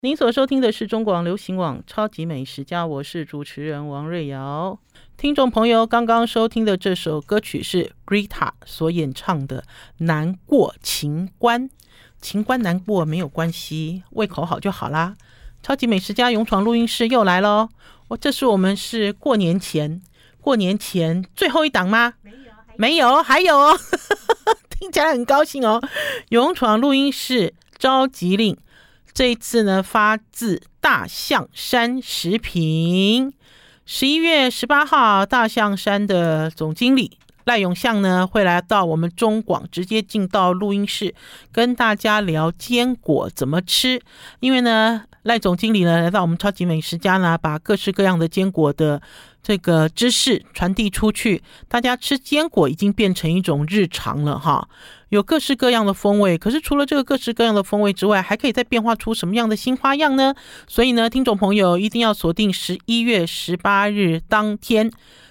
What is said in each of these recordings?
您所收听的是中广流行网超级美食家，我是主持人王瑞瑶。听众朋友刚刚收听的这首歌曲是 Greta 所演唱的《难过情关》，情关难过没有关系，胃口好就好啦。超级美食家勇闯录音室又来咯，这是我们是过年前最后一档吗？没有，还有哦听起来很高兴哦。勇闯录音室召集令这一次呢，发自大象山食品。11月18号，大象山的总经理赖永相呢，会来到我们中广，直接进到录音室，跟大家聊坚果怎么吃。因为呢，赖总经理呢来到我们超级美食家呢，把各式各样的坚果的这个知识传递出去，大家吃坚果已经变成一种日常了哈。有各式各样的风味，可是除了这个各式各样的风味之外，还可以再变化出什么样的新花样呢？所以呢，听众朋友一定要锁定11月18日当天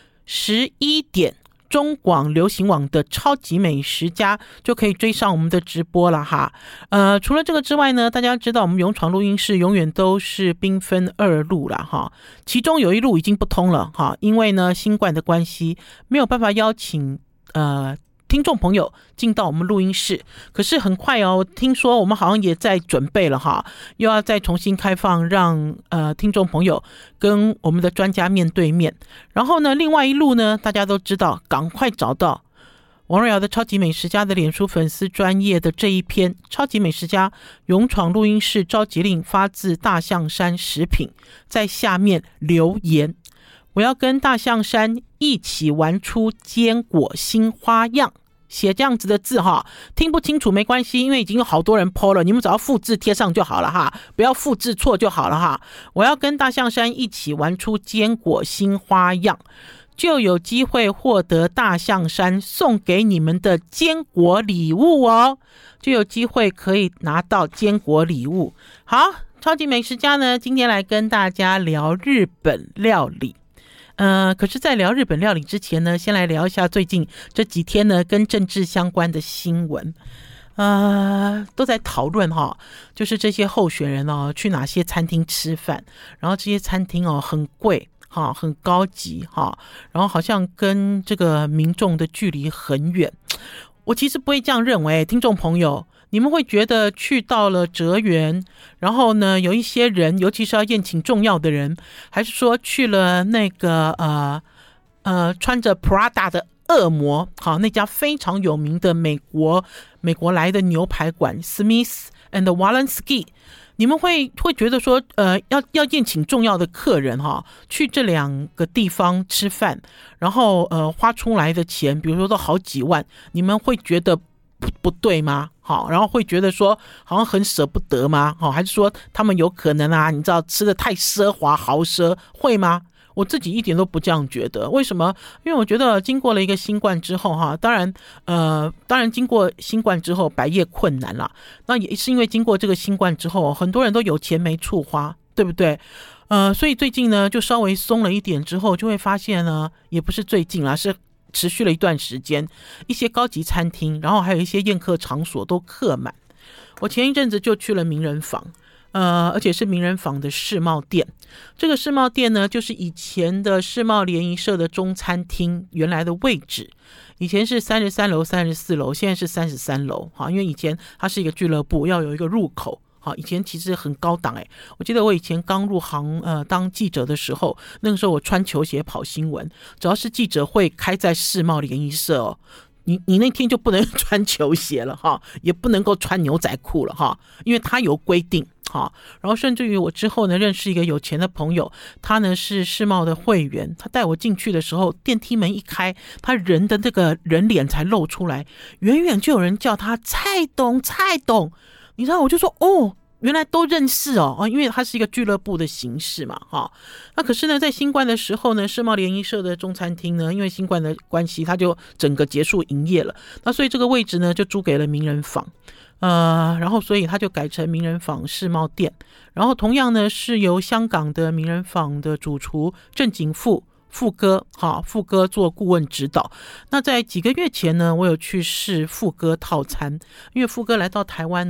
11点，中广流行网的超级美食家就可以追上我们的直播了哈。除了这个之外呢，大家知道我们勇闯录音室永远都是兵分2路啦哈，其中有一路已经不通了哈，因为呢新冠的关系没有办法邀请听众朋友进到我们录音室，可是很快哦，听说我们好像也在准备了哈，又要再重新开放，让听众朋友跟我们的专家面对面。然后呢，另外一路呢，大家都知道，赶快找到王瑞瑶的超级美食家的脸书粉丝专页的这一篇超级美食家勇闯录音室召集令，发自大象山食品，在下面留言。我要跟大象山一起玩出坚果新花样，写这样子的字哈，听不清楚没关系，因为已经有好多人 po 了，你们只要复制贴上就好了哈，不要复制错就好了哈。我要跟大象山一起玩出坚果新花样，就有机会获得大象山送给你们的坚果礼物哦，就有机会可以拿到坚果礼物。好，超级美食家呢，今天来跟大家聊日本料理。可是在聊日本料理之前呢，先来聊一下最近这几天呢跟政治相关的新闻。都在讨论哈，就是这些候选人哦去哪些餐厅吃饭，然后这些餐厅哦很贵哈，很高级哈，然后好像跟这个民众的距离很远。我其实不会这样认为，听众朋友，你们会觉得去到了哲园，然后呢有一些人，尤其是要宴请重要的人，还是说去了那个穿着 Prada 的恶魔，好，那家非常有名的美国来的牛排馆 Smith and Wollensky， 你们会觉得说要宴请重要的客人哈，去这2个地方吃饭，然后花出来的钱比如说都好几万，你们会觉得不对吗？好，然后会觉得说好像很舍不得吗？好，还是说他们有可能啊，你知道吃的太奢华豪奢，会吗？我自己一点都不这样觉得。为什么？因为我觉得经过了一个新冠之后哈，当然经过新冠之后百业困难啦，那也是因为经过这个新冠之后，很多人都有钱没处花，对不对？所以最近呢就稍微松了一点之后，就会发现呢，也不是最近啦，是持续了一段时间，一些高级餐厅，然后还有一些宴客场所都客满。我前一阵子就去了名人坊，而且是名人坊的世贸店。这个世贸店呢，就是以前的世贸联谊社的中餐厅原来的位置，以前是33楼、34楼，现在是33楼。因为以前它是一个俱乐部，要有一个入口。好，以前其实很高档我记得我以前刚入行当记者的时候，那个时候我穿球鞋跑新闻，只要是记者会开在世贸联谊社哦，你那天就不能穿球鞋了哈，也不能够穿牛仔裤了哈，因为他有规定哈。然后甚至于我之后呢认识一个有钱的朋友，他呢是世贸的会员，他带我进去的时候，电梯门一开，他人的这个人脸才露出来，远远就有人叫他蔡董，你知道，我就说哦，原来都认识哦，因为它是一个俱乐部的形式嘛，哈。那可是呢，在新冠的时候呢，世贸联谊社的中餐厅呢，因为新冠的关系，它就整个结束营业了。那所以这个位置呢，就租给了名人坊，然后所以它就改成名人坊世贸店。然后同样呢，是由香港的名人坊的主厨郑景富哥做顾问指导。那在几个月前呢，我有去试富哥套餐，因为富哥来到台湾呢，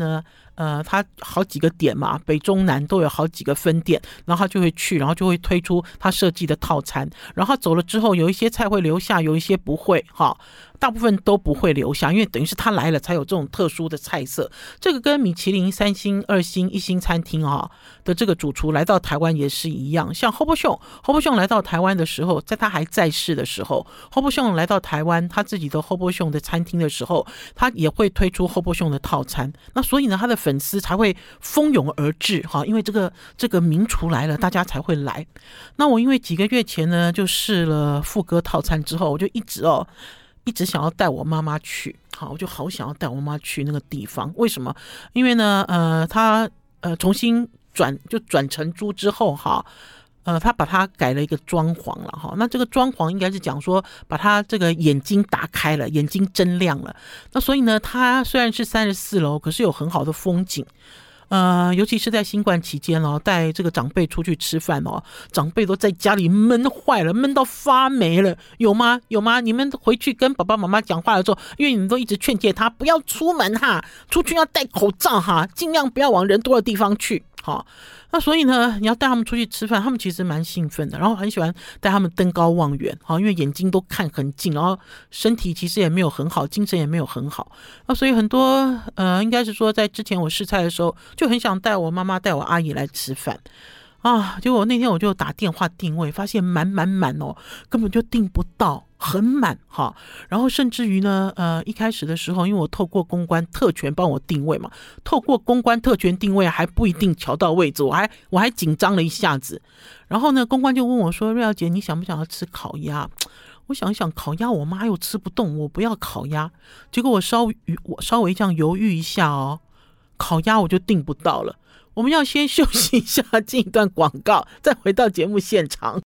他好几个点嘛，北中南都有好几个分店，然后他就会去，然后就会推出他设计的套餐，然后他走了之后，有一些菜会留下，有一些不会哈。大部分都不会留下，因为等于是他来了才有这种特殊的菜色。这个跟米其林3星、2星、1星餐厅的这个主厨来到台湾也是一样。像 Ho Bo Sung 来到台湾的时候，在他还在世的时候， Ho Bo Sung 来到台湾他自己的 Ho Bo Sung 的餐厅的时候，他也会推出 Ho Bo Sung 的套餐。那所以呢，他的粉丝才会蜂拥而至因为这个名厨来了，大家才会来。那我因为几个月前呢就试了副歌套餐之后，我就一直想要带我妈妈去，我就好想要带我妈妈去那个地方。为什么？因为呢，他重新转成猪之后他把它改了一个装潢了那这个装潢应该是讲说把他这个眼睛打开了，眼睛睁亮了。那所以呢，他虽然是34楼，可是有很好的风景。尤其是在新冠期间带这个长辈出去吃饭长辈都在家里闷坏了，闷到发霉了，有吗？你们回去跟爸爸妈妈讲话的时候，因为你们都一直劝诫他不要出门出去要戴口罩尽量不要往人多的地方去那所以呢，你要带他们出去吃饭，他们其实蛮兴奋的，然后很喜欢带他们登高望远因为眼睛都看很近，然后身体其实也没有很好，精神也没有很好。那所以很多应该是说在之前我试菜的时候，就很想带我妈妈带我阿姨来吃饭结果那天我就打电话定位，发现满根本就订不到，很满然后甚至于呢一开始的时候，因为我透过公关特权帮我定位嘛，透过公关特权定位还不一定瞧到位置，我还紧张了一下子。然后呢，公关就问我说，瑞瑶姐，你想不想要吃烤鸭？我想一想，烤鸭我妈又吃不动，我不要烤鸭。结果我稍微这样犹豫一下烤鸭我就订不到了。我们要先休息一下，进一段广告，再回到节目现场。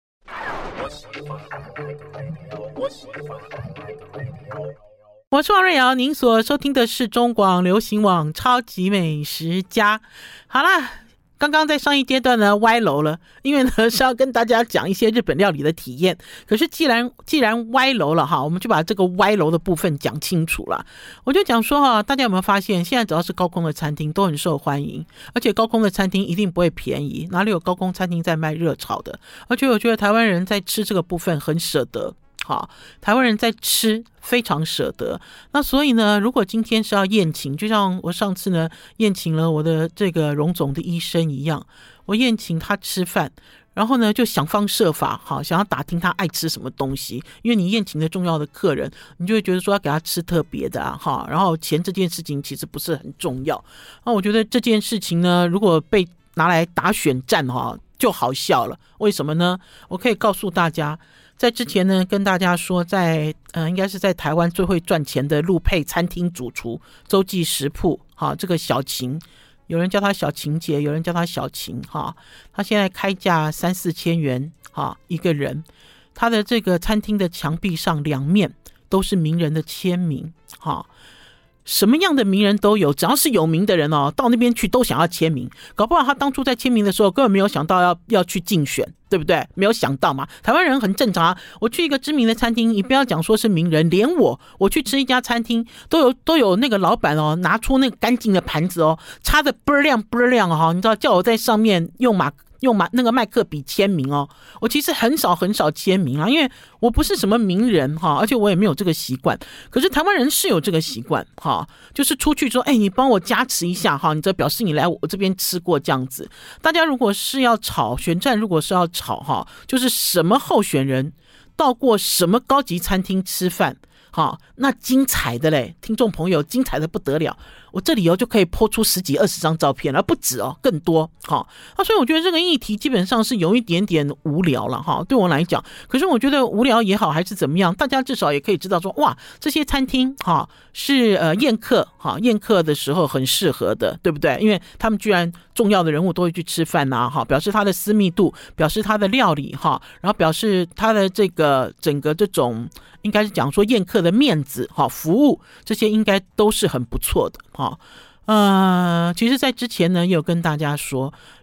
我是王瑞瑶，您所收听的是中广流行网超级美食家。好啦，刚刚在上一阶段呢歪楼了，因为呢是要跟大家讲一些日本料理的体验。可是既然歪楼了我们就把这个歪楼的部分讲清楚了。我就讲说大家有没有发现，现在只要是高空的餐厅都很受欢迎，而且高空的餐厅一定不会便宜，哪里有高空餐厅在卖热炒的？而且我觉得台湾人在吃这个部分很舍得。台湾人在吃非常舍得。那所以呢，如果今天是要宴请，就像我上次呢宴请了我的这个荣总的医生一样，我宴请他吃饭，然后呢就想方设法想要打听他爱吃什么东西。因为你宴请的重要的客人，你就会觉得说要给他吃特别的然后钱这件事情其实不是很重要。那我觉得这件事情呢，如果被拿来打选战就好笑了。为什么呢？我可以告诉大家，在之前呢跟大家说，在应该是在台湾最会赚钱的陆配餐厅主厨洲际食铺这个小晴，有人叫他小晴姐，有人叫他小晴他现在开价3-4千元一个人。他的这个餐厅的墙壁上2面都是名人的签名什么样的名人都有，只要是有名的人到那边去都想要签名。搞不好他当初在签名的时候根本没有想到要去竞选，对不对？没有想到嘛。台湾人很正常我去一个知名的餐厅，你不要讲说是名人，连我去吃一家餐厅都有那个老板拿出那个干净的盘子擦得倍儿亮倍儿亮你知道，叫我在上面用那个麦克笔签名我其实很少签名因为我不是什么名人而且我也没有这个习惯。可是台湾人是有这个习惯就是出去说你帮我加持一下你这表示你来我这边吃过这样子。大家如果是要炒选战，如果是要炒就是什么候选人到过什么高级餐厅吃饭那精彩的嘞，听众朋友，精彩的不得了。我这里就可以po出10几20张照片了，不止更多所以我觉得这个议题基本上是有一点点无聊了对我来讲。可是我觉得无聊也好还是怎么样，大家至少也可以知道说，哇，这些餐厅是宴客的时候很适合的，对不对？因为他们居然重要的人物都会去吃饭表示他的私密度，表示他的料理然后表示他的这个整个这种应该是讲说宴客的面子服务，这些应该都是很不错的其实在之前呢也有跟大家说，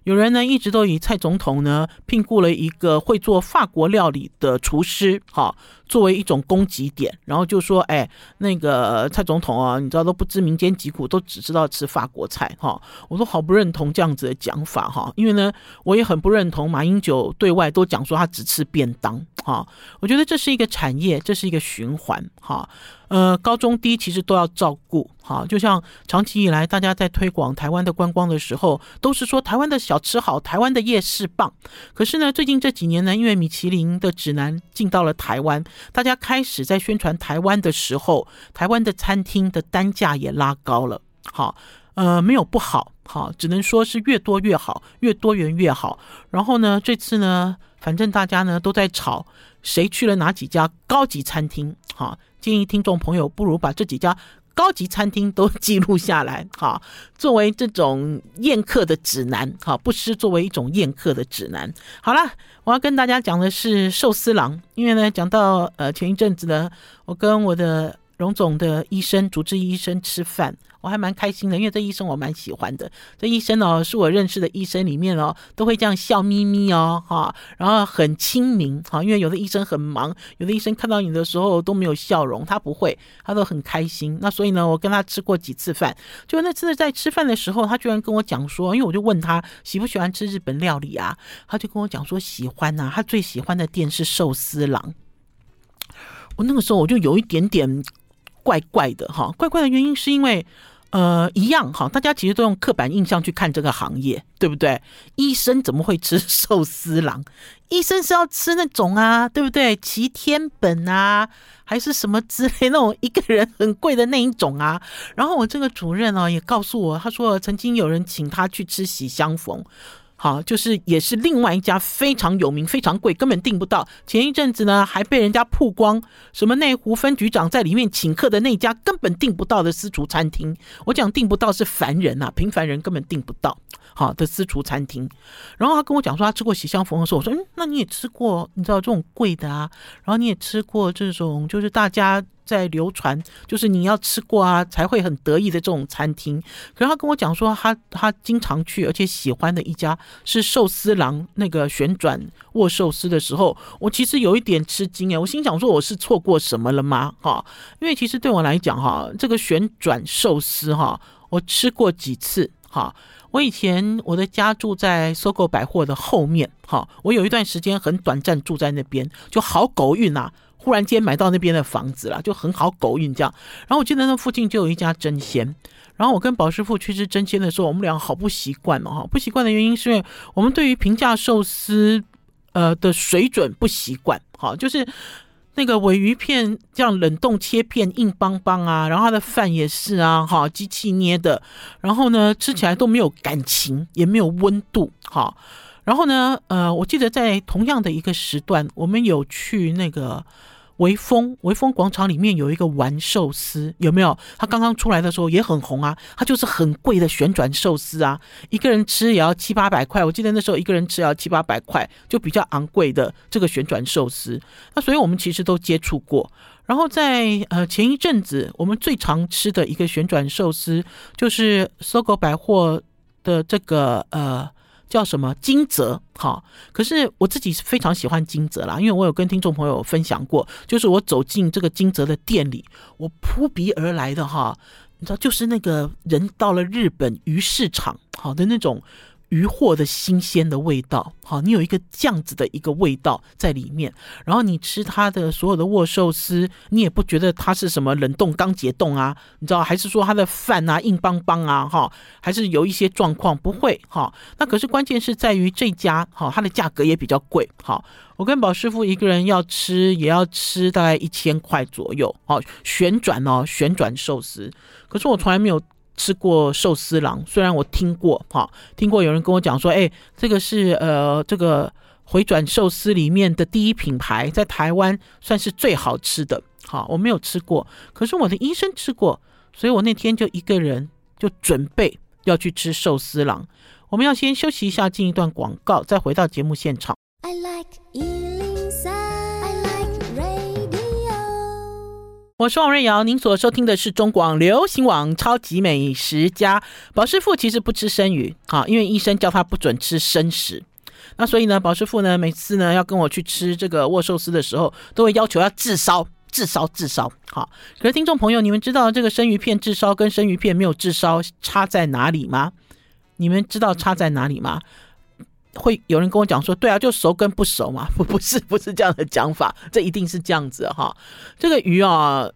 有人呢一直都以蔡总统呢聘雇了一个会做法国料理的厨师作为一种攻击点，然后就说那个蔡总统啊，你知道都不知民间疾苦，都只知道吃法国菜我都好不认同这样子的讲法因为呢我也很不认同马英九对外都讲说他只吃便当我觉得这是一个产业，这是一个循环高中低其实都要照顾就像长期以来大家在推广台湾的观光的时候，都是说台湾的小吃好，台湾的夜市棒。可是呢最近这几年呢，因为米其林的指南进到了台湾，大家开始在宣传台湾的时候，台湾的餐厅的单价也拉高了没有不好只能说是越多越好，越多元越好。然后呢这次呢反正大家呢都在吵谁去了哪几家高级餐厅建议听众朋友不如把这几家高级餐厅都记录下来作为这种宴客的指南不失作为一种宴客的指南。好啦，我要跟大家讲的是寿司郎，因为呢讲到前一阵子呢，我跟我的荣总的医生主治医生吃饭，我还蛮开心的，因为这医生我蛮喜欢的。这医生是我认识的医生里面都会这样笑眯眯然后很亲民因为有的医生很忙，有的医生看到你的时候都没有笑容，他不会，他都很开心。那所以呢我跟他吃过几次饭，就那次在吃饭的时候，他居然跟我讲说，因为我就问他喜不喜欢吃日本料理啊，他就跟我讲说喜欢啊，他最喜欢的店是寿司郎。我那个时候我就有一点点怪怪的怪怪的原因是因为一样大家其实都用刻板印象去看这个行业，对不对？医生怎么会吃寿司郎？医生是要吃那种对不对？齐天本啊，还是什么之类那种一个人很贵的那一种啊。然后我这个主任也告诉我，他说曾经有人请他去吃喜相逢，就是也是另外一家非常有名非常贵根本订不到，前一阵子呢还被人家曝光什么内湖分局长在里面请客的那家根本订不到的私厨餐厅。我讲订不到是凡人平凡人根本订不到的私厨餐厅。然后他跟我讲说他吃过喜相逢的时候，我说那你也吃过你知道这种贵的啊，然后你也吃过这种就是大家在流传就是你要吃过才会很得意的这种餐厅。可是他跟我讲说他经常去而且喜欢的一家是寿司郎那个旋转握寿司的时候，我其实有一点吃惊我心想说我是错过什么了吗因为其实对我来讲这个旋转寿司我吃过几次我以前我的家住在SOGO百货的后面我有一段时间很短暂住在那边，就好狗运忽然间买到那边的房子啦，就很好狗运这样。然后我记得那附近就有一家真鲜，然后我跟宝师傅去吃真鲜的时候，我们俩好不习惯不习惯的原因是因为我们对于平价寿司的水准不习惯就是那个鲔鱼片这样冷冻切片硬邦邦然后它的饭也是机器捏的，然后呢吃起来都没有感情也没有温度然后呢我记得在同样的一个时段，我们有去那个微风广场里面有一个丸寿司，有没有？它刚刚出来的时候也很红它就是很贵的旋转寿司一个人吃也要700-800块，我记得那时候一个人吃也要700-800块，就比较昂贵的这个旋转寿司。那所以我们其实都接触过。然后在前一阵子我们最常吃的一个旋转寿司就是SOGO百货的这个叫什么金泽可是我自己是非常喜欢金泽啦，因为我有跟听众朋友分享过，就是我走进这个金泽的店里，我扑鼻而来的你知道就是那个人到了日本鱼市场的那种鱼货的新鲜的味道你有一个这样子的一个味道在里面，然后你吃它的所有的握寿司，你也不觉得它是什么冷冻刚解冻你知道，还是说它的饭硬邦邦还是有一些状况，不会那可是关键是在于这家它的价格也比较贵我跟宝师傅一个人要吃也要吃大概1000块左右旋转寿司。可是我从来没有吃过寿司郎，虽然我听过有人跟我讲说这个是这个回转寿司里面的第一品牌，在台湾算是最好吃的我没有吃过，可是我的医生吃过，所以我那天就一个人就准备要去吃寿司郎。我们要先休息一下，进一段广告，再回到节目现场。 I like 我是王瑞瑶，您所收听的是中广流行网超级美食家。宝师傅其实不吃生鱼，因为医生叫他不准吃生食。那所以呢，宝师傅呢每次呢要跟我去吃这个握寿司的时候，都会要求要炙烧。好，可是听众朋友，你们知道这个生鱼片炙烧跟生鱼片没有炙烧差在哪里吗？你们知道差在哪里吗？会有人跟我讲说，对啊，就熟跟不熟嘛，不是这样的讲法，这一定是这样子哈。这个鱼啊，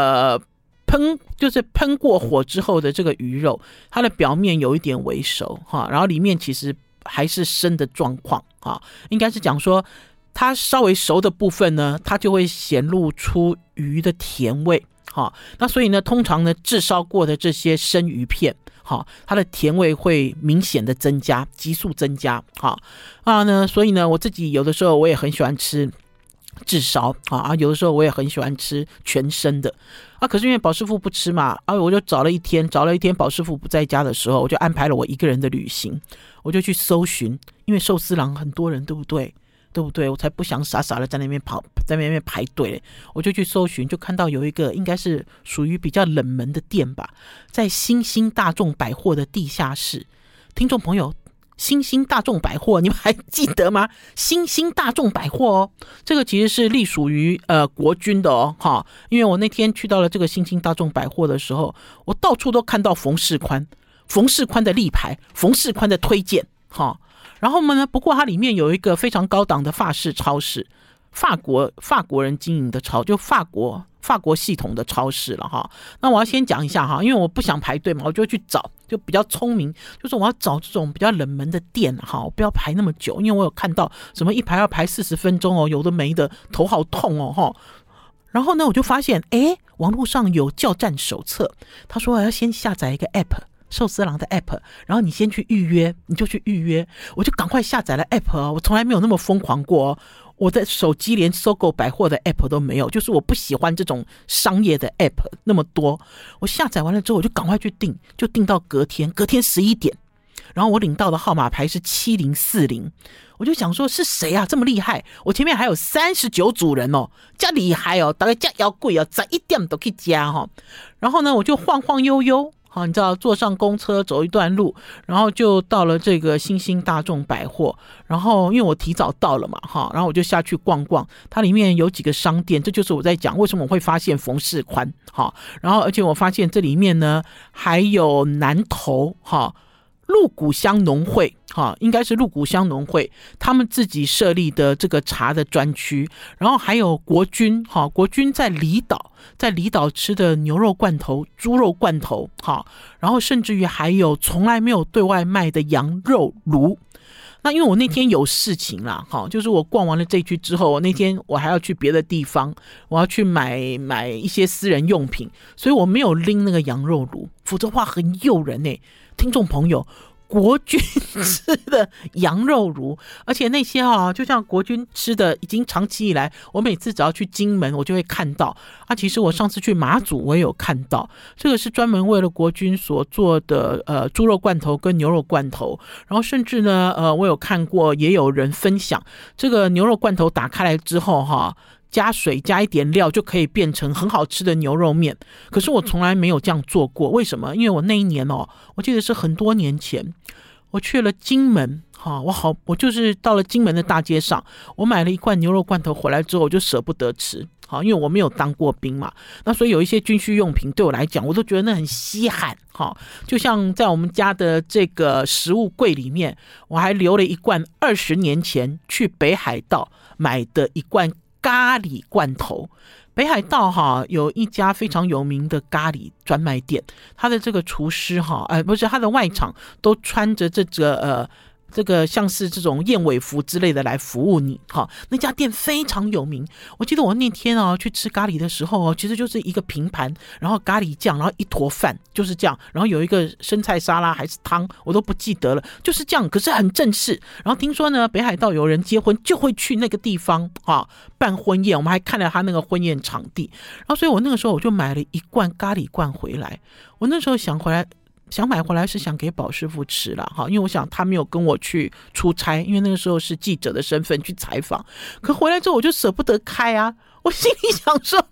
喷过火之后的这个鱼肉，它的表面有一点微熟哈，然后里面其实还是生的状况哈，应该是讲说它稍微熟的部分呢，它就会显露出鱼的甜味哈。那所以呢，通常呢炙烧过的这些生鱼片，它的甜味会明显的增加，急速增加。所以呢，我自己有的时候我也很喜欢吃炙烧有的时候我也很喜欢吃全生的可是因为宝师傅不吃嘛我就找了一天宝师傅不在家的时候，我就安排了我一个人的旅行，我就去搜寻，因为寿司郎很多人，对不对？我才不想傻傻的在那边排队，我就去搜寻，就看到有一个应该是属于比较冷门的店吧，在新兴大众百货的地下室。听众朋友，新兴大众百货你们还记得吗？新兴大众百货这个其实是隶属于国军的因为我那天去到了这个新兴大众百货的时候，我到处都看到冯世宽的立牌，冯世宽的推荐然后呢，不过它里面有一个非常高档的法式超市，法国人经营的就法国系统的超市了那我要先讲一下因为我不想排队嘛，我就去找，就比较聪明，就是我要找这种比较冷门的店我不要排那么久，因为我有看到什么一排要排40分钟有的没的，头好痛然后呢，我就发现网络上有教战手册，他说要先下载一个 app，寿司郎的 app， 然后你先去预约，我就赶快下载了 app我从来没有那么疯狂过我的手机连搜狗百货的 app 都没有，就是我不喜欢这种商业的 app 那么多。我下载完了之后，我就赶快去订，就订到隔天11点，然后我领到的号码牌是7040，我就想说是谁啊这么厉害？我前面还有39组人这厉害大概这要贵11点都可以加然后呢，我就晃晃悠悠。你知道坐上公车走一段路，然后就到了这个新兴大众百货，然后因为我提早到了嘛然后我就下去逛逛，它里面有几个商店，这就是我在讲为什么我会发现冯世宽然后而且我发现这里面呢还有南投鹿谷乡农会应该是鹿谷乡农会他们自己设立的这个茶的专区，然后还有国军在离岛吃的牛肉罐头、猪肉罐头然后甚至于还有从来没有对外卖的羊肉炉。那因为我那天有事情啦就是我逛完了这区之后，那天我还要去别的地方，我要去买一些私人用品，所以我没有拎那个羊肉炉，否则的话很诱人听众朋友，国军吃的羊肉炉，而且那些就像国军吃的已经长期以来，我每次只要去金门我就会看到其实我上次去马祖我也有看到，这个是专门为了国军所做的猪肉罐头跟牛肉罐头，然后甚至呢我有看过也有人分享这个牛肉罐头打开来之后加水加一点料就可以变成很好吃的牛肉面，可是我从来没有这样做过。为什么？因为我那一年我记得是很多年前，我去了金门我就是到了金门的大街上，我买了一罐牛肉罐头回来之后，我就舍不得吃因为我没有当过兵嘛，那所以有一些军需用品对我来讲我都觉得那很稀罕就像在我们家的这个食物柜里面，我还留了一罐20年前去北海道买的一罐咖喱罐头。北海道有一家非常有名的咖喱专卖店，他的这个厨师不是他的外场都穿着这个像是这种燕尾服之类的来服务你那家店非常有名。我记得我那天去吃咖喱的时候其实就是一个平盘，然后咖喱酱，然后一坨饭，就是这样，然后有一个生菜沙拉还是汤我都不记得了，就是这样，可是很正式。然后听说呢北海道有人结婚就会去那个地方办婚宴，我们还看了他那个婚宴场地，然后所以我那个时候我就买了一罐咖喱罐回来。我那时候想买回来是想给宝师傅吃啦因为我想他没有跟我去出差，因为那个时候是记者的身份去采访，可回来之后我就舍不得开我心里想说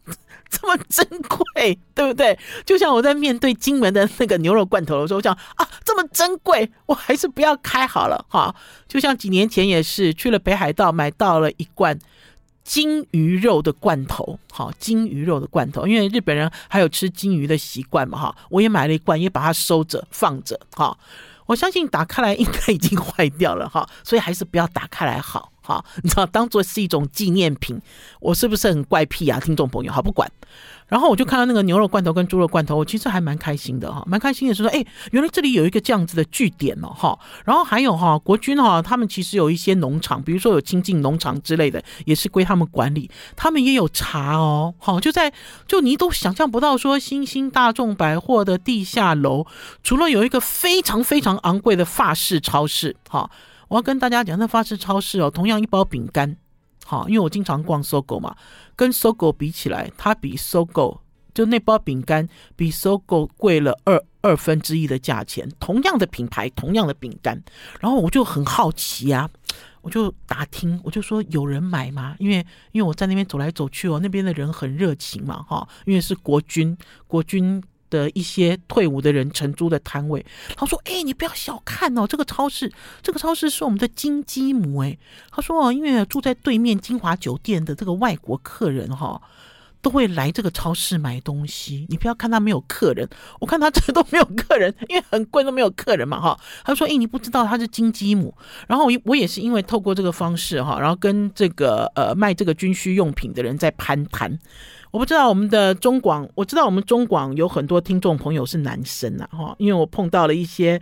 这么珍贵，对不对？就像我在面对金门的那个牛肉罐头的时候，我想啊，这么珍贵，我还是不要开好了哈。就像几年前也是去了北海道，买到了一罐金鱼肉的罐头，好，金鱼肉的罐头，因为日本人还有吃金鱼的习惯嘛哈，我也买了一罐，也把它收着放着哈。我相信打开来应该已经坏掉了哈，所以还是不要打开来好。好，你知道当做是一种纪念品，我是不是很怪癖啊，听众朋友？好，不管。然后我就看到那个牛肉罐头跟猪肉罐头，我其实还蛮开心的哈，蛮开心的是说，原来这里有一个这样子的据点哦哈。然后还有哈，国军哈，他们其实有一些农场，比如说有清境农场之类的，也是归他们管理。他们也有茶哦，好，就你都想象不到说，新兴大众百货的地下楼，除了有一个非常非常昂贵的法式超市，哈。我要跟大家讲，那法式超市哦，同样一包饼干，好，因为我经常逛 SOGO 嘛，跟 SOGO 比起来，它比 SOGO 就那包饼干比 SOGO 贵了二分之一的价钱，同样的品牌，同样的饼干，然后我就很好奇啊，我就打听，我就说有人买吗？因为我在那边走来走去哦，那边的人很热情嘛，哈，因为是国军的一些退伍的人承租的摊位，他说你不要小看哦，这个超市是我们的金鸡母他说因为住在对面金华酒店的这个外国客人都会来这个超市买东西，你不要看他没有客人，我看他这都没有客人，因为很贵都没有客人嘛他说你不知道他是金鸡母，然后我也是因为透过这个方式然后跟这个卖这个军需用品的人在攀谈。我不知道我们的中广，我知道我们中广有很多听众朋友是男生因为我碰到了一些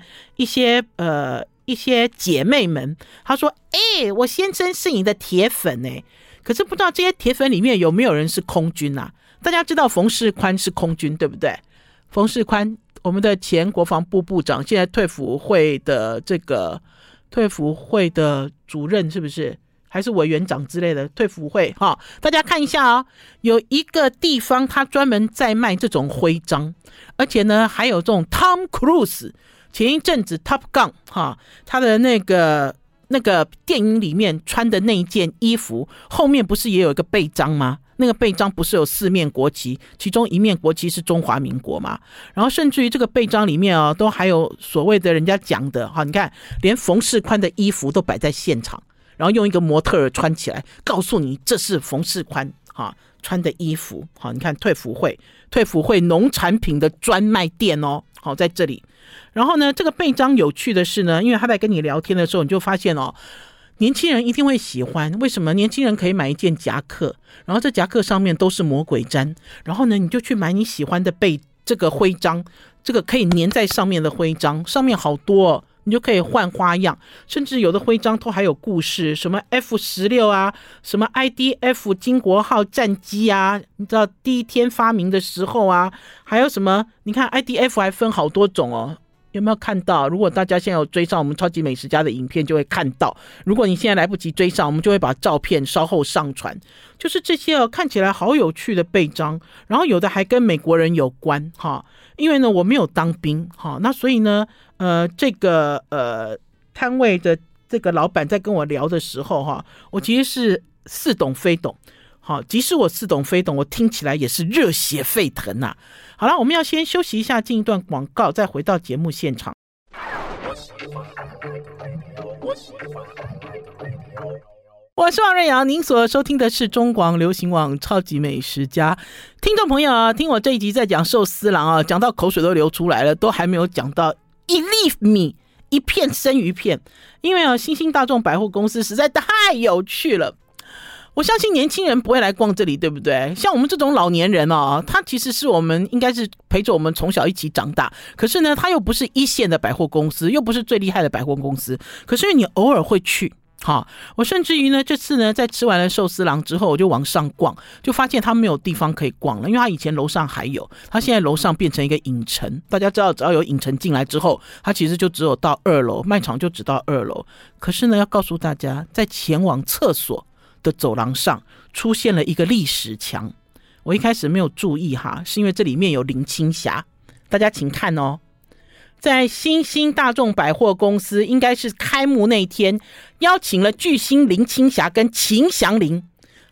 姐妹们，她说我先生是你的铁粉可是不知道这些铁粉里面有没有人是空军啊？大家知道冯世宽是空军对不对？冯世宽，我们的前国防部部长，现在退辅会的主任是不是？还是委员长之类的退辅会大家看一下有一个地方他专门在卖这种徽章，而且呢还有这种 Tom Cruise 前一阵子 Top Gun 他的那个电影里面穿的那一件衣服后面不是也有一个背章吗？那个背章不是有4面国旗，其中一面国旗是中华民国嘛？然后甚至于这个背章里面都还有所谓的人家讲的你看连冯世宽的衣服都摆在现场，然后用一个模特儿穿起来，告诉你这是冯世宽穿的衣服你看退辅会农产品的专卖店在这里。然后呢，这个背章有趣的是呢，因为他在跟你聊天的时候，你就发现年轻人一定会喜欢。为什么？年轻人可以买一件夹克，然后这夹克上面都是魔鬼毡，然后呢，你就去买你喜欢的这个徽章，这个可以粘在上面的徽章，上面好多你就可以换花样，甚至有的徽章都还有故事，什么 F-16啊，什么 IDF 金国号战机啊，你知道第一天发明的时候啊，还有什么，你看 IDF 还分好多种有没有看到？如果大家现在有追上我们超级美食家的影片就会看到，如果你现在来不及追上，我们就会把照片稍后上传，就是这些看起来好有趣的背章，然后有的还跟美国人有关因为呢我没有当兵那所以呢这个摊位的这个老板在跟我聊的时候我其实是似懂非懂即使我似懂非懂，我听起来也是热血沸腾啊。好了，我们要先休息一下，进一段广告，再回到节目现场。我是王瑞瑶，您所收听的是中广流行网超级美食家。听众朋友听我这一集在讲寿司郎讲到口水都流出来了，都还没有讲到一粒米一片生鱼片，因为新兴大众百货公司实在太有趣了。我相信年轻人不会来逛这里，对不对？像我们这种老年人他其实是我们应该是陪着我们从小一起长大，可是呢他又不是一线的百货公司，又不是最厉害的百货公司，可是你偶尔会去我甚至于呢这次呢在吃完了寿司郎之后，我就往上逛，就发现他没有地方可以逛了，因为他以前楼上还有，他现在楼上变成一个影城。大家知道只要有影城进来之后，他其实就只有到2楼，卖场就只到2楼。可是呢要告诉大家，在前往厕所的走廊上出现了一个历史墙，我一开始没有注意是因为这里面有林青霞。大家请看在新兴大众百货公司应该是开幕那天，邀请了巨星林青霞跟秦祥林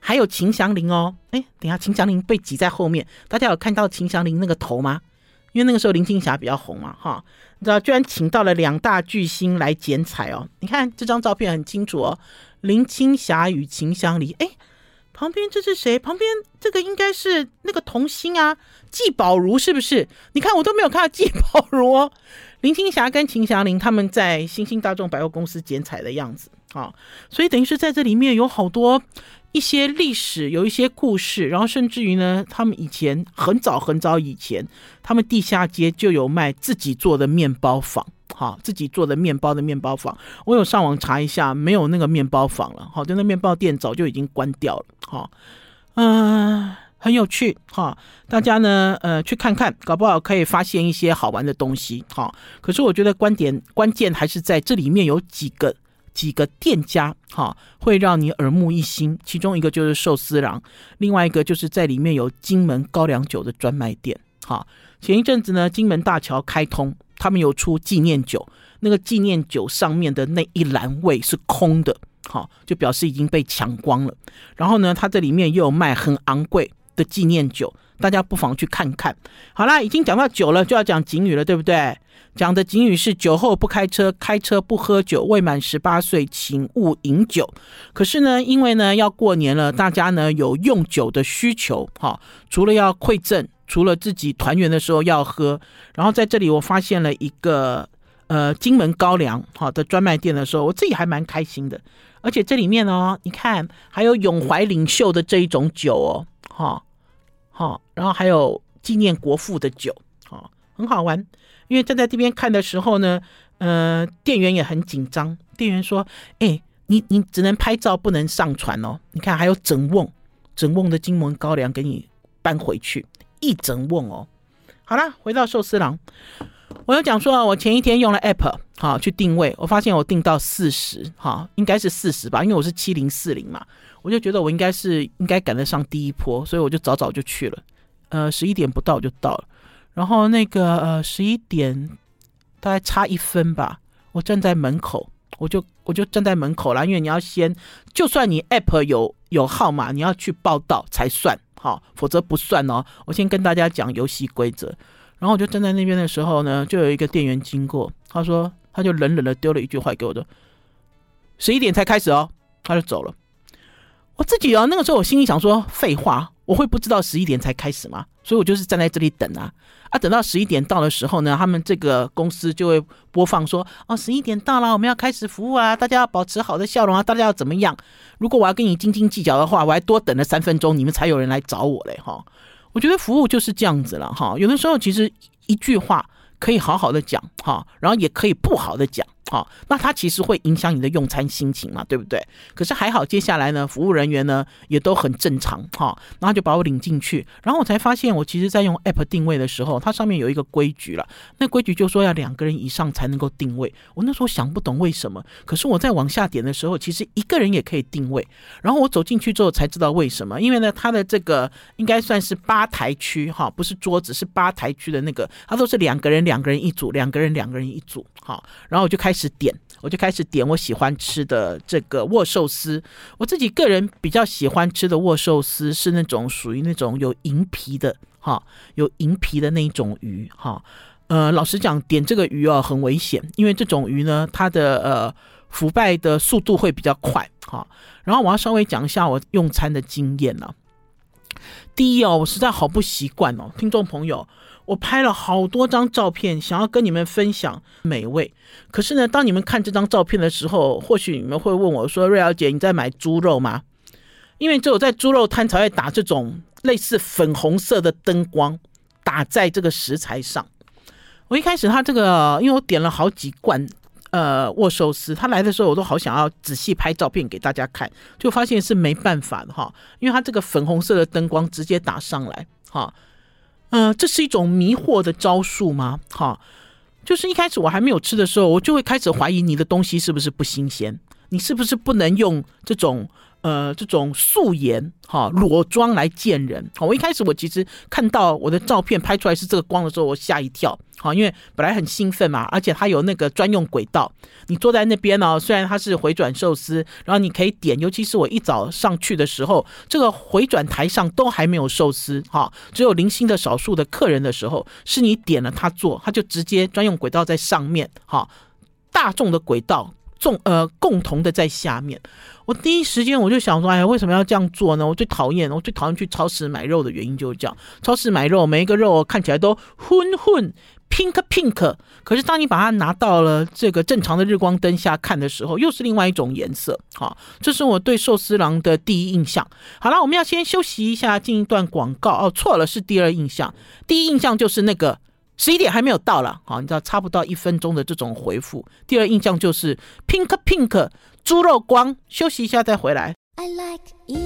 还有秦祥林哦。等一下秦祥林被挤在后面，大家有看到秦祥林那个头吗？因为那个时候林青霞比较红嘛，哈，你知道居然请到了2大巨星来剪彩哦。你看这张照片很清楚哦，林青霞与秦祥林，旁边这是谁？旁边这个应该是那个童星啊，季宝如是不是？你看我都没有看到季宝如哦。林青霞跟秦祥林他们在新兴大众百货公司剪彩的样子啊，所以等于是在这里面有好多一些历史，有一些故事，然后甚至于呢，他们以前很早以前，他们地下街就有卖自己做的面包坊。好，自己做的面包坊，我有上网查一下，没有那个面包坊了。好，就那面包店早就已经关掉了。好，很有趣。哈，大家呢，去看看，搞不好可以发现一些好玩的东西。好，可是我觉得关键还是在这里面有几个店家，哈，会让你耳目一新。其中一个就是寿司郎，另外一个就是在里面有金门高粱酒的专卖店。好，前一阵子呢，金门大桥开通。他们有出纪念酒，那个纪念酒上面的那一栏位是空的，好，就表示已经被抢光了。然后呢，它这里面又有卖很昂贵的纪念酒，大家不妨去看看。好啦，已经讲到酒了，就要讲警语了，对不对？讲的警语是酒后不开车，开车不喝酒，未满18岁请勿饮酒。可是呢，因为呢要过年了，大家呢有用酒的需求，除了要馈赠，除了自己团圆的时候要喝，然后在这里我发现了一个金门高粱的专卖店的时候，我自己还蛮开心的。而且这里面哦，你看还有永怀领袖的这一种酒哦，然后还有纪念国父的酒，很好玩。因为站在这边看的时候呢，店员也很紧张。店员说：“你只能拍照，不能上传哦。你看还有整瓮的金门高粱给你搬回去，一整瓮哦。”好啦，回到寿司郎，我有讲说，我前一天用了 App 去定位，我发现我定到40，应该是40吧，因为我是7040嘛，我就觉得我应该赶得上第一波，所以我就早就去了。11点不到就到了。然后那个11点大概差1分吧，我站在门口，我就站在门口啦，因为你要先，就算你 App 有号码，你要去报到才算，否则不算哦。我先跟大家讲游戏规则。然后我就站在那边的时候呢，就有一个店员经过，他就冷冷的丢了一句话给我的，11点才开始哦，他就走了。我自己那个时候我心里想说，废话，我会不知道11点才开始吗？所以我就是站在这里等啊，等到11点到的时候呢，他们这个公司就会播放说，11点到了，我们要开始服务啊，大家要保持好的笑容啊，大家要怎么样？如果我要跟你斤斤计较的话，我还多等了3分钟，你们才有人来找我嘞哈。我觉得服务就是这样子了哈，有的时候其实一句话可以好好的讲哈，然后也可以不好的讲。那它其实会影响你的用餐心情嘛，对不对？可是还好，接下来呢，服务人员呢也都很正常然后就把我领进去，然后我才发现，我其实在用 App 定位的时候，它上面有一个规矩了，那规矩就说要2个人以上才能够定位。我那时候想不懂为什么，可是我在往下点的时候，其实1个人也可以定位。然后我走进去之后才知道为什么，因为呢，它的这个应该算是吧台区不是桌子，是吧台区的那个，它都是2个人一组，2个人一组然后我就开始点我喜欢吃的这个握寿司。我自己个人比较喜欢吃的握寿司是那种属于那种有银皮的那种鱼老实讲，点这个鱼很危险，因为这种鱼呢，它的腐败的速度会比较快然后我要稍微讲一下我用餐的经验了。第一我实在好不习惯听众朋友，我拍了好多张照片，想要跟你们分享美味。可是呢，当你们看这张照片的时候，或许你们会问我说：“瑞瑶姐，你在买猪肉吗？”因为只有在猪肉摊才会打这种类似粉红色的灯光打在这个食材上。我一开始它这个，因为我点了好几罐握寿司，他来的时候我都好想要仔细拍照片给大家看，就发现是没办法的因为它这个粉红色的灯光直接打上来这是一种迷惑的招数吗？就是一开始我还没有吃的时候，我就会开始怀疑你的东西是不是不新鲜。 你是不是不能用这种素颜裸妆来见人？我一开始我其实看到我的照片拍出来是这个光的时候，我吓一跳，因为本来很兴奋嘛，而且它有那个专用轨道，你坐在那边虽然它是回转寿司，然后你可以点，尤其是我一早上去的时候，这个回转台上都还没有寿司，只有零星的少数的客人的时候，是你点了它做，它就直接专用轨道在上面，大众的轨道共同的在下面。我第一时间我就想说，哎呀，为什么要这样做呢？我最讨厌去超市买肉的原因就是这样。超市买肉，每一个肉看起来都混 pink， 可是当你把它拿到了这个正常的日光灯下看的时候，又是另外一种颜色。这是我对寿司郎的第一印象。好了，我们要先休息一下，进一段广告。错了，是第二印象。第一印象就是那个11点还没有到了，你知道差不到1分钟的这种回复。第二印象就是 pink 猪肉光。休息一下再回来。I like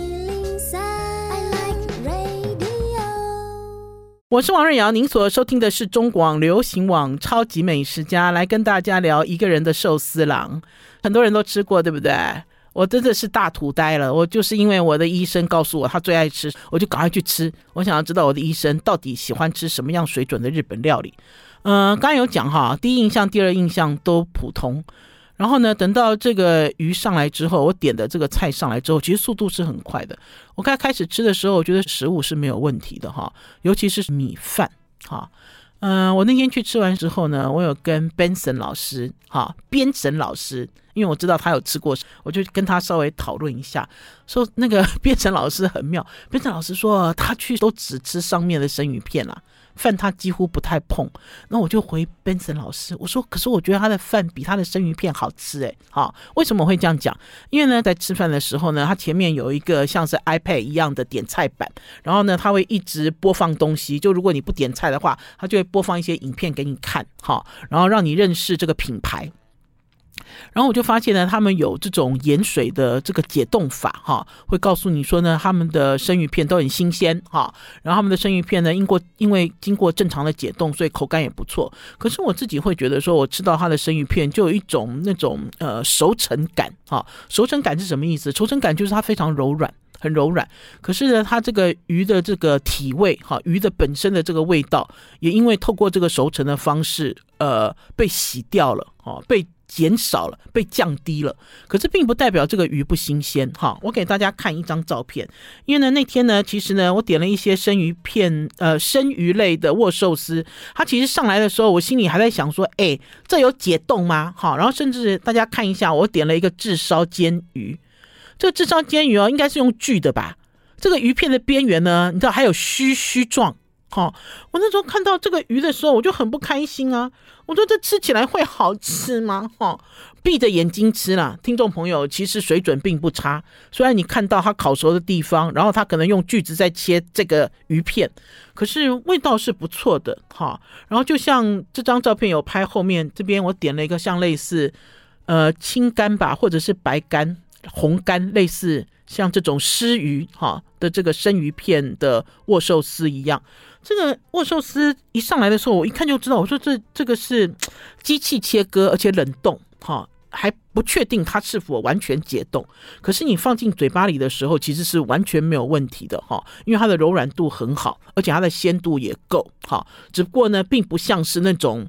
103, I like radio。 我是王瑞瑶，您所收听的是中广流行网超级美食家，来跟大家聊一个人的寿司郎。很多人都吃过，对不对？我真的是大土呆了，我就是因为我的医生告诉我他最爱吃，我就赶快去吃。我想要知道我的医生到底喜欢吃什么样水准的日本料理。刚刚有讲第一印象第二印象都普通，然后呢等到这个鱼上来之后，我点的这个菜上来之后，其实速度是很快的。我刚开始吃的时候，我觉得食物是没有问题的尤其是米饭我那天去吃完之后呢，我有跟 Benson 老师边神老师，因为我知道他有吃过，我就跟他稍微讨论一下，说那个边神老师很妙。边神老师说他去都只吃上面的生鱼片啦，饭他几乎不太碰。那我就回 Benson 老师，我说可是我觉得他的饭比他的生鱼片好吃为什么我会这样讲？因为呢在吃饭的时候呢，他前面有一个像是 iPad 一样的点菜板，然后呢他会一直播放东西，就如果你不点菜的话，他就会播放一些影片给你看然后让你认识这个品牌。然后我就发现呢，他们有这种盐水的这个解冻法会告诉你说呢，他们的生鱼片都很新鲜然后他们的生鱼片呢，因为经过正常的解冻，所以口感也不错。可是我自己会觉得说，我吃到它的生鱼片就有一种那种熟成感熟成感是什么意思？熟成感就是它非常柔软，很柔软，可是呢它这个鱼的这个体味鱼的本身的这个味道，也因为透过这个熟成的方式被洗掉了被减少了，被降低了。可是并不代表这个鱼不新鲜我给大家看一张照片。因为呢那天呢，其实呢我点了一些生鱼片生鱼类的握寿司，它其实上来的时候，我心里还在想说，这有解冻吗然后甚至大家看一下，我点了一个炙烧煎鱼。这个炙烧煎鱼应该是用锯的吧？这个鱼片的边缘呢，你知道还有须状我那时候看到这个鱼的时候，我就很不开心啊！我说这吃起来会好吃吗？闭着眼睛吃啦，听众朋友，其实水准并不差。虽然你看到它烤熟的地方，然后它可能用锯子在切这个鱼片，可是味道是不错的然后就像这张照片有拍后面这边，我点了一个像类似青干吧，或者是白干、红干，类似像这种湿鱼的这个生鱼片的握寿司一样。这个握寿司一上来的时候，我一看就知道，我说这个是机器切割，而且冷冻还不确定它是否完全解冻。可是你放进嘴巴里的时候，其实是完全没有问题的因为它的柔软度很好，而且它的鲜度也够只不过呢，并不像是那种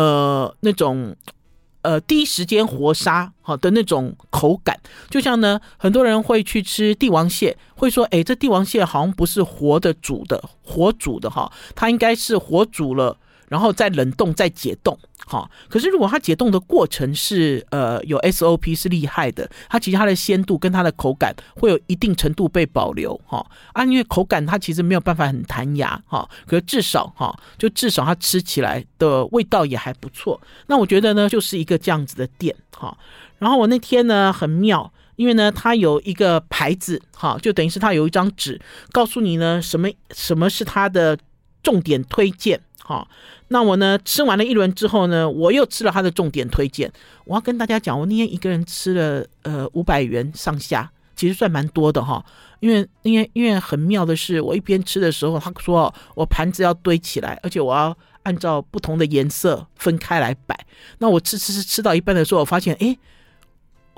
第一时间活杀的那种口感。就像呢，很多人会去吃帝王蟹，会说这帝王蟹好像不是活煮的它应该是活煮了，然后再冷冻再解冻可是如果它解冻的过程是有 SOP 是厉害的，它其实它的鲜度跟它的口感会有一定程度被保留因为口感它其实没有办法很弹牙可是至少它吃起来的味道也还不错。那我觉得呢，就是一个这样子的店然后我那天呢很妙，因为呢它有一个牌子就等于是它有一张纸告诉你呢什么是它的重点推荐那我呢吃完了一轮之后呢，我又吃了他的重点推荐。我要跟大家讲，我那天一个人吃了500元上下，其实算蛮多的因为很妙的是，我一边吃的时候，他说我盘子要堆起来，而且我要按照不同的颜色分开来摆。那我吃到一半的时候，我发现我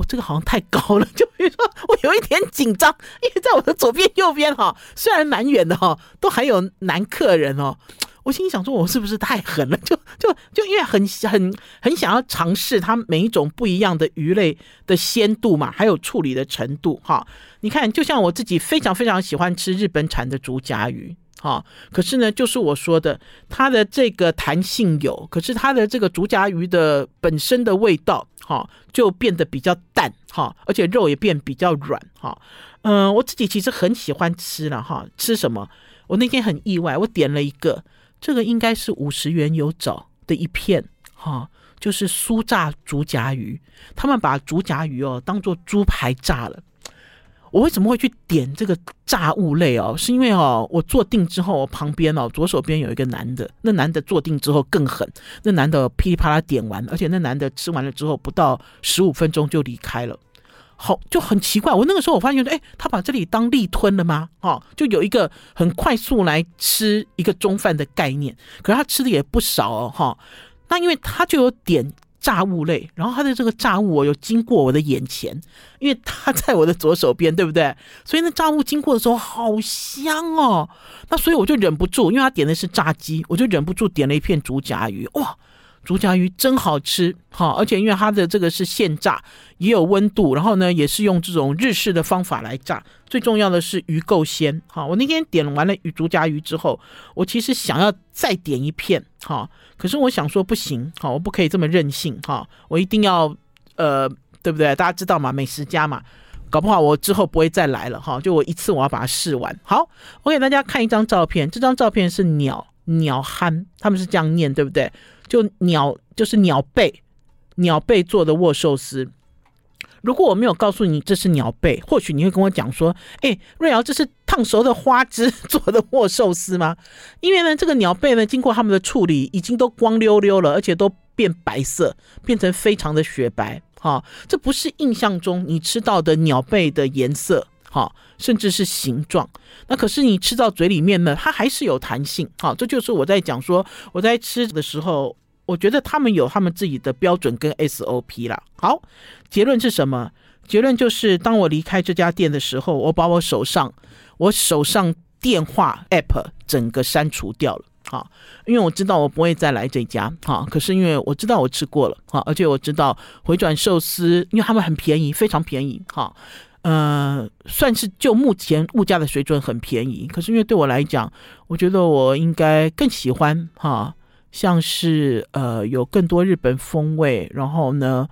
这个好像太高了，就比如说我有一点紧张，因为在我的左边右边虽然蛮远的都还有男客人我心里想说，我是不是太狠了？就因为很想要尝试它每一种不一样的鱼类的鲜度嘛，还有处理的程度你看，就像我自己非常非常喜欢吃日本产的竹荚鱼可是呢，就是我说的，它的这个弹性有，可是它的这个竹荚鱼的本身的味道就变得比较淡而且肉也变比较软我自己其实很喜欢吃了吃什么？我那天很意外，我点了一个。这个应该是50元有找的一片就是酥炸竹荚鱼，他们把竹荚鱼当做猪排炸了。我为什么会去点这个炸物类是因为我坐定之后，我旁边左手边有一个男的，那男的坐定之后更狠，那男的噼里啪啦点完，而且那男的吃完了之后不到15分钟就离开了。就很奇怪，我那个时候我发现他把这里当立吞了吗？就有一个很快速来吃一个中饭的概念，可是他吃的也不少那因为他就有点炸物类，然后他的这个炸物有经过我的眼前，因为他在我的左手边，对不对？所以那炸物经过的时候好香那所以我就忍不住，因为他点的是炸鸡，我就忍不住点了一片竹荚鱼。哇，竹荚鱼真好吃而且因为它的这个是现炸，也有温度，然后呢也是用这种日式的方法来炸，最重要的是鱼够鲜我那天点完了竹荚鱼之后，我其实想要再点一片可是我想说不行我不可以这么任性我一定要对不对？大家知道嘛，美食家嘛，搞不好我之后不会再来了就我一次我要把它试完。好，我给大家看一张照片，这张照片是鸟憨，他们是这样念对不对？就是鸟背做的握寿司。如果我没有告诉你这是鸟背，或许你会跟我讲说，瑞瑶，这是烫熟的花枝做的握寿司吗？因为呢，这个鸟背呢，经过他们的处理，已经都光溜溜了，而且都变白色，变成非常的雪白这不是印象中你吃到的鸟背的颜色甚至是形状。那可是你吃到嘴里面呢，它还是有弹性这就是我在讲说，我在吃的时候，我觉得他们有他们自己的标准跟 SOP 啦。好，结论是什么？结论就是当我离开这家店的时候，我把我手上电话 App 整个删除掉了因为我知道我不会再来这家可是因为我知道我吃过了而且我知道回转寿司，因为他们很便宜，非常便宜算是就目前物价的水准很便宜，可是因为对我来讲，我觉得我应该更喜欢像是有更多日本风味，然后呢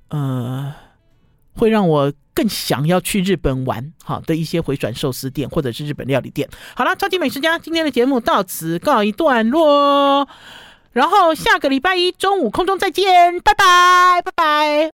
会让我更想要去日本玩的一些回转寿司店或者是日本料理店。好了，超级美食家今天的节目到此告一段落，然后下个礼拜一中午空中再见，拜拜拜拜。